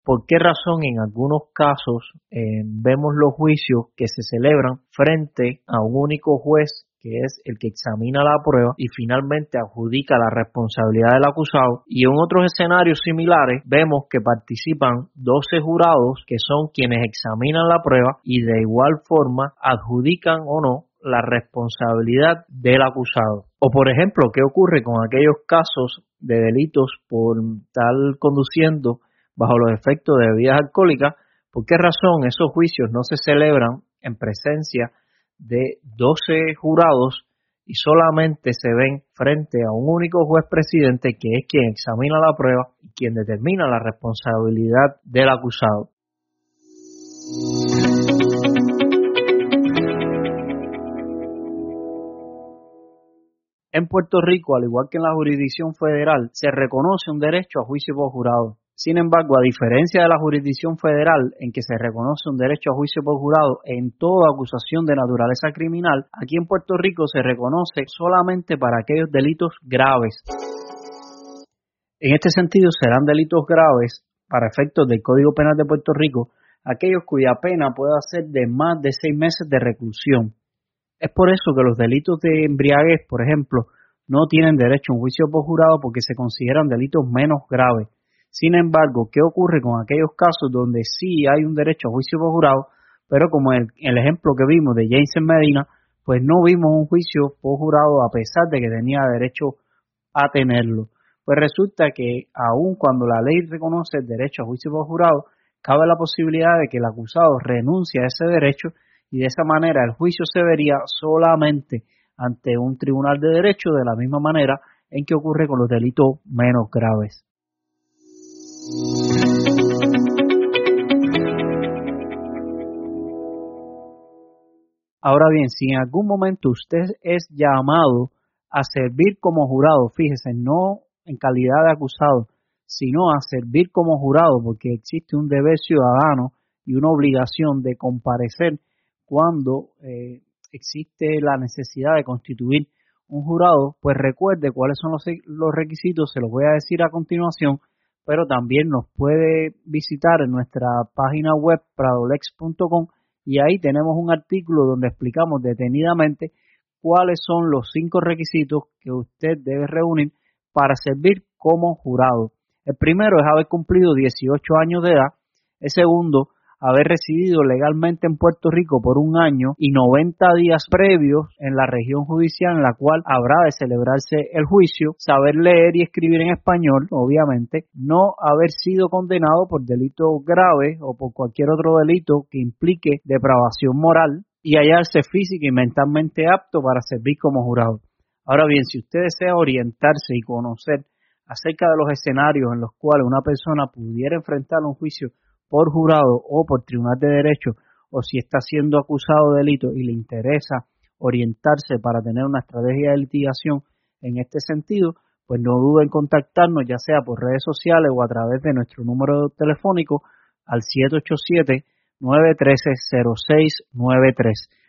¿Por qué razón en algunos casos vemos los juicios que se celebran frente a un único juez que es el que examina la prueba y finalmente adjudica la responsabilidad del acusado, y en otros escenarios similares vemos que participan 12 jurados que son quienes examinan la prueba y de igual forma adjudican o no la responsabilidad del acusado? O por ejemplo, ¿qué ocurre con aquellos casos de delitos por estar conduciendo bajo los efectos de bebidas alcohólicas? ¿Por qué razón esos juicios no se celebran en presencia de 12 jurados y solamente se ven frente a un único juez presidente que es quien examina la prueba y quien determina la responsabilidad del acusado? En Puerto Rico, al igual que en la jurisdicción federal, se reconoce un derecho a juicio por jurado. Sin embargo, a diferencia de la jurisdicción federal, en que se reconoce un derecho a juicio por jurado en toda acusación de naturaleza criminal, aquí en Puerto Rico se reconoce solamente para aquellos delitos graves. En este sentido, serán delitos graves, para efectos del Código Penal de Puerto Rico, aquellos cuya pena pueda ser de más de 6 meses de reclusión. Es por eso que los delitos de embriaguez, por ejemplo, no tienen derecho a un juicio por jurado porque se consideran delitos menos graves. Sin embargo, ¿qué ocurre con aquellos casos donde sí hay un derecho a juicio por jurado, pero como el ejemplo que vimos de Jason Medina, pues no vimos un juicio por jurado a pesar de que tenía derecho a tenerlo? Pues resulta que aun cuando la ley reconoce el derecho a juicio por jurado, cabe la posibilidad de que el acusado renuncie a ese derecho y de esa manera el juicio se vería solamente ante un tribunal de derecho, de la misma manera en que ocurre con los delitos menos graves. Ahora bien, si en algún momento usted es llamado a servir como jurado, fíjese, no en calidad de acusado, sino a servir como jurado, porque existe un deber ciudadano y una obligación de comparecer cuando existe la necesidad de constituir un jurado, pues recuerde cuáles son los requisitos, se los voy a decir a continuación, pero también nos puede visitar en nuestra página web pradolex.com y ahí tenemos un artículo donde explicamos detenidamente cuáles son los 5 requisitos que usted debe reunir para servir como jurado. El primero es haber cumplido 18 años de edad. El segundo, haber residido legalmente en Puerto Rico por 1 año y 90 días previos en la región judicial en la cual habrá de celebrarse el juicio, saber leer y escribir en español, obviamente, no haber sido condenado por delitos graves o por cualquier otro delito que implique depravación moral y hallarse física y mentalmente apto para servir como jurado. Ahora bien, si usted desea orientarse y conocer acerca de los escenarios en los cuales una persona pudiera enfrentar un juicio por jurado o por tribunal de derecho, o si está siendo acusado de delito y le interesa orientarse para tener una estrategia de litigación en este sentido, pues no dude en contactarnos, ya sea por redes sociales o a través de nuestro número telefónico al 787-913-0693.